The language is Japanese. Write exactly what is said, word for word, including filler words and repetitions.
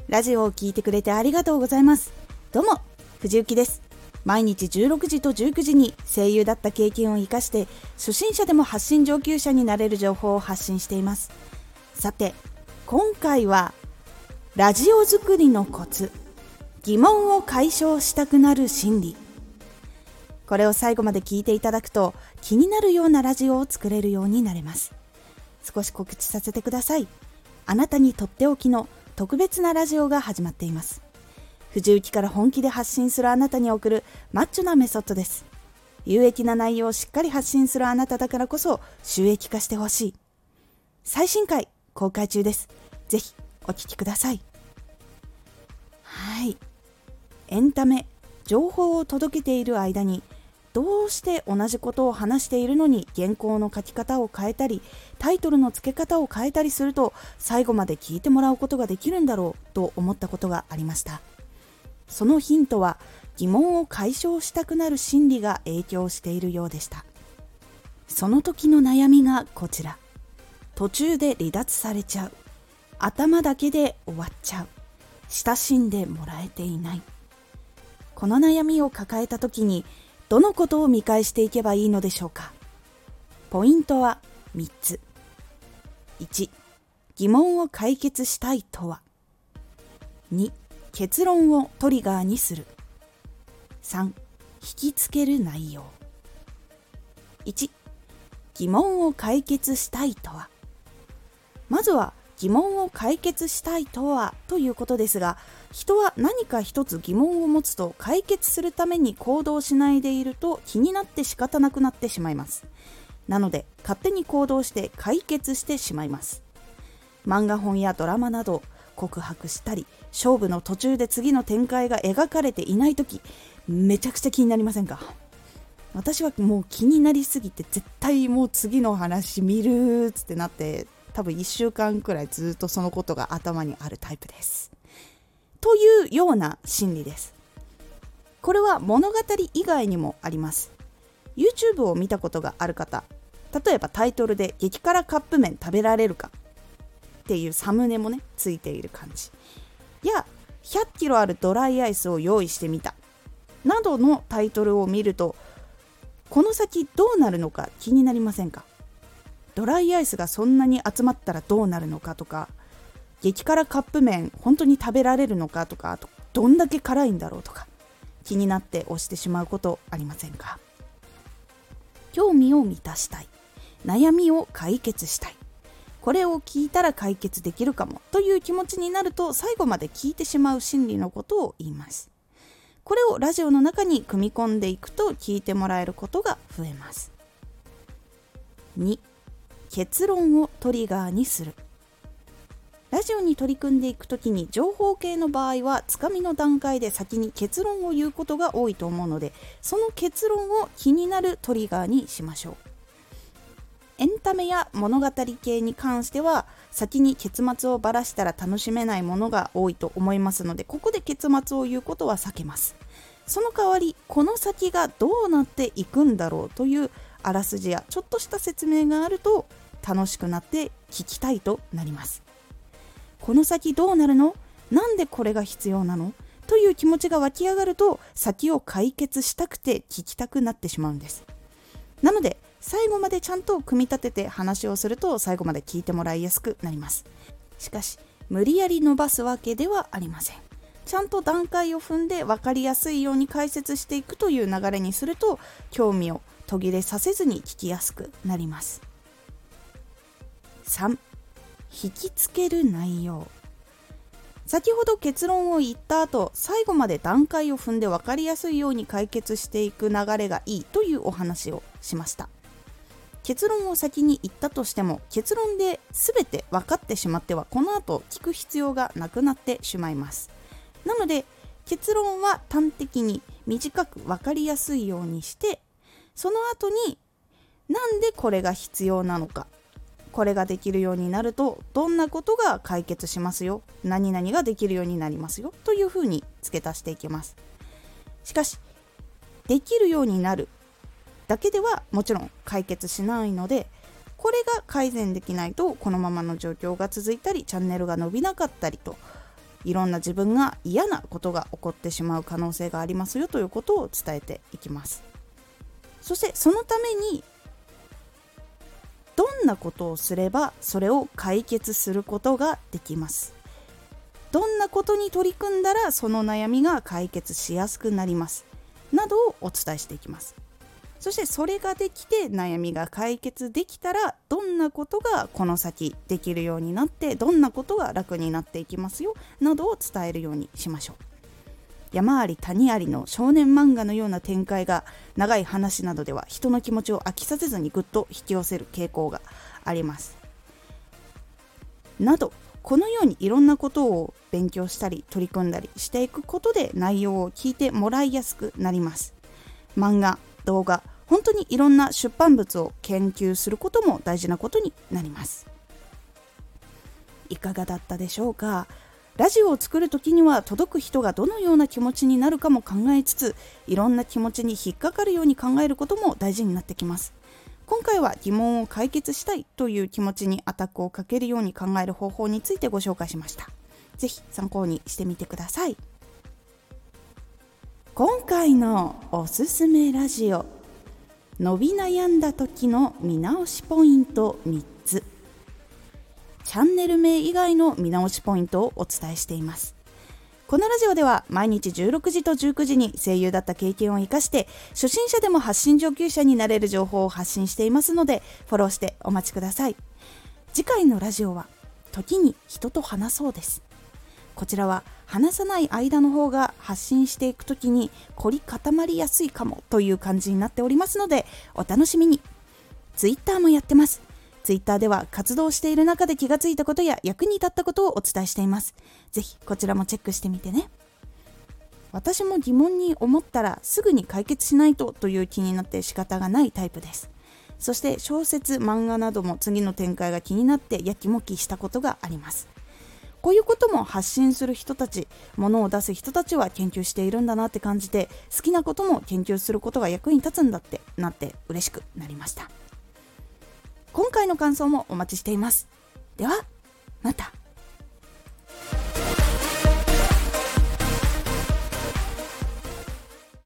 ラジオを聞いてくれてありがとうございます。どうも藤幸です。毎日じゅうろくじとじゅうくじに声優だった経験を生かして初心者でも発信上級者になれる情報を発信しています。さて今回はラジオ作りのコツ、疑問を解消したくなる心理、これを最後まで聞いていただくと気になるようなラジオを作れるようになれます。少し告知させてください。あなたにとっておきの特別なラジオが始まっています。藤幸から本気で発信するあなたに送るマッチョなメソッドです。有益な内容をしっかり発信するあなただからこそ収益化してほしい。最新回公開中です。ぜひお聞きください。はい。エンタメ、情報を届けている間にどうして同じことを話しているのに原稿の書き方を変えたりタイトルの付け方を変えたりすると最後まで聞いてもらうことができるんだろうと思ったことがありました。そのヒントは疑問を解消したくなる心理が影響しているようでした。その時の悩みがこちら。途中で離脱されちゃう、頭だけで終わっちゃう、親しんでもらえていない。この悩みを抱えた時にどのことを見返していけばいいのでしょうか。ポイントはみっつ。いち、疑問を解決したいとは。に、結論をトリガーにする。さん、引きつける内容。いち、疑問を解決したいとは。まずは疑問を解決したいとはということですが、人は何か一つ疑問を持つと解決するために行動しないでいると気になって仕方なくなってしまいます。なので勝手に行動して解決してしまいます。漫画本やドラマなど告白したり勝負の途中で次の展開が描かれていないとき、めちゃくちゃ気になりませんか？私はもう気になりすぎて絶対もう次の話見るっつってなって多分いっしゅうかんくらいずっとそのことが頭にあるタイプです。というような心理です。これは物語以外にもあります。 YouTube を見たことがある方、例えばタイトルで激辛カップ麺食べられるかっていうサムネもねついている感じや、ひゃっキロあるドライアイスを用意してみたなどのタイトルを見ると、この先どうなるのか気になりませんか？ドライアイスがそんなに集まったらどうなるのかとか、激辛カップ麺本当に食べられるのかとか、あとどんだけ辛いんだろうとか気になって押してしまうことありませんか？興味を満たしたい、悩みを解決したい、これを聞いたら解決できるかもという気持ちになると最後まで聞いてしまう心理のことを言います。これをラジオの中に組み込んでいくと聞いてもらえることが増えます。に、結論をトリガーにする。ラジオに取り組んでいくときに情報系の場合はつかみの段階で先に結論を言うことが多いと思うので、その結論を気になるトリガーにしましょう。エンタメや物語系に関しては先に結末をばらしたら楽しめないものが多いと思いますので、ここで結末を言うことは避けます。その代わりこの先がどうなっていくんだろうというあらすじやちょっとした説明があると楽しくなって聞きたいとなります。この先どうなるの？なんでこれが必要なの？という気持ちが湧き上がると先を解決したくて聞きたくなってしまうんです。なので最後までちゃんと組み立てて話をすると最後まで聞いてもらいやすくなります。しかし無理やり伸ばすわけではありません。ちゃんと段階を踏んで分かりやすいように解説していくという流れにすると興味を途切れさせずに聞きやすくなります。さん、引きつける内容。先ほど結論を言った後、最後まで段階を踏んで分かりやすいように解決していく流れがいいというお話をしました。結論を先に言ったとしても結論で全て分かってしまってはこの後聞く必要がなくなってしまいます。なので結論は端的に短く分かりやすいようにして、その後になんでこれが必要なのか、これができるようになるとどんなことが解決しますよ、何々ができるようになりますよというふうに付け足していきます。しかしできるようになるだけではもちろん解決しないので、これが改善できないとこのままの状況が続いたりチャンネルが伸びなかったりといろんな自分が嫌なことが起こってしまう可能性がありますよということを伝えていきます。そしてそのためにどんなことをすればそれを解決することができます。どんなことに取り組んだらその悩みが解決しやすくなりますなどをお伝えしていきます。そしてそれができて悩みが解決できたらどんなことがこの先できるようになってどんなことが楽になっていきますよなどを伝えるようにしましょう。山あり谷ありの少年漫画のような展開が長い話などでは人の気持ちを飽きさせずにぐっと引き寄せる傾向がありますなど、このようにいろんなことを勉強したり取り組んだりしていくことで内容を聞いてもらいやすくなります。漫画、動画、本当にいろんな出版物を研究することも大事なことになります。いかがだったでしょうか。ラジオを作るときには届く人がどのような気持ちになるかも考えつつ、いろんな気持ちに引っかかるように考えることも大事になってきます。今回は疑問を解決したいという気持ちにアタックをかけるように考える方法についてご紹介しました。ぜひ参考にしてみてください。今回のおすすめラジオ、伸び悩んだ時の見直しポイントみっつ。チャンネル名以外の見直しポイントをお伝えしています。このラジオでは毎日じゅうろくじとじゅうくじに声優だった経験を生かして初心者でも発信上級者になれる情報を発信していますので、フォローしてお待ちください。次回のラジオは時に人と話そうです。こちらは話さない間の方が発信していくときに凝り固まりやすいかもという感じになっておりますので、お楽しみに。ツイッターもやってます。ツイッターでは活動している中で気がついたことや役に立ったことをお伝えしています。ぜひこちらもチェックしてみてね。私も疑問に思ったらすぐに解決しないとという気になって仕方がないタイプです。そして小説、漫画なども次の展開が気になってやきもきしたことがあります。こういうことも発信する人たち、物を出す人たちは研究しているんだなって感じて、好きなことも研究することが役に立つんだってなって嬉しくなりました。今回の感想もお待ちしています。ではまた。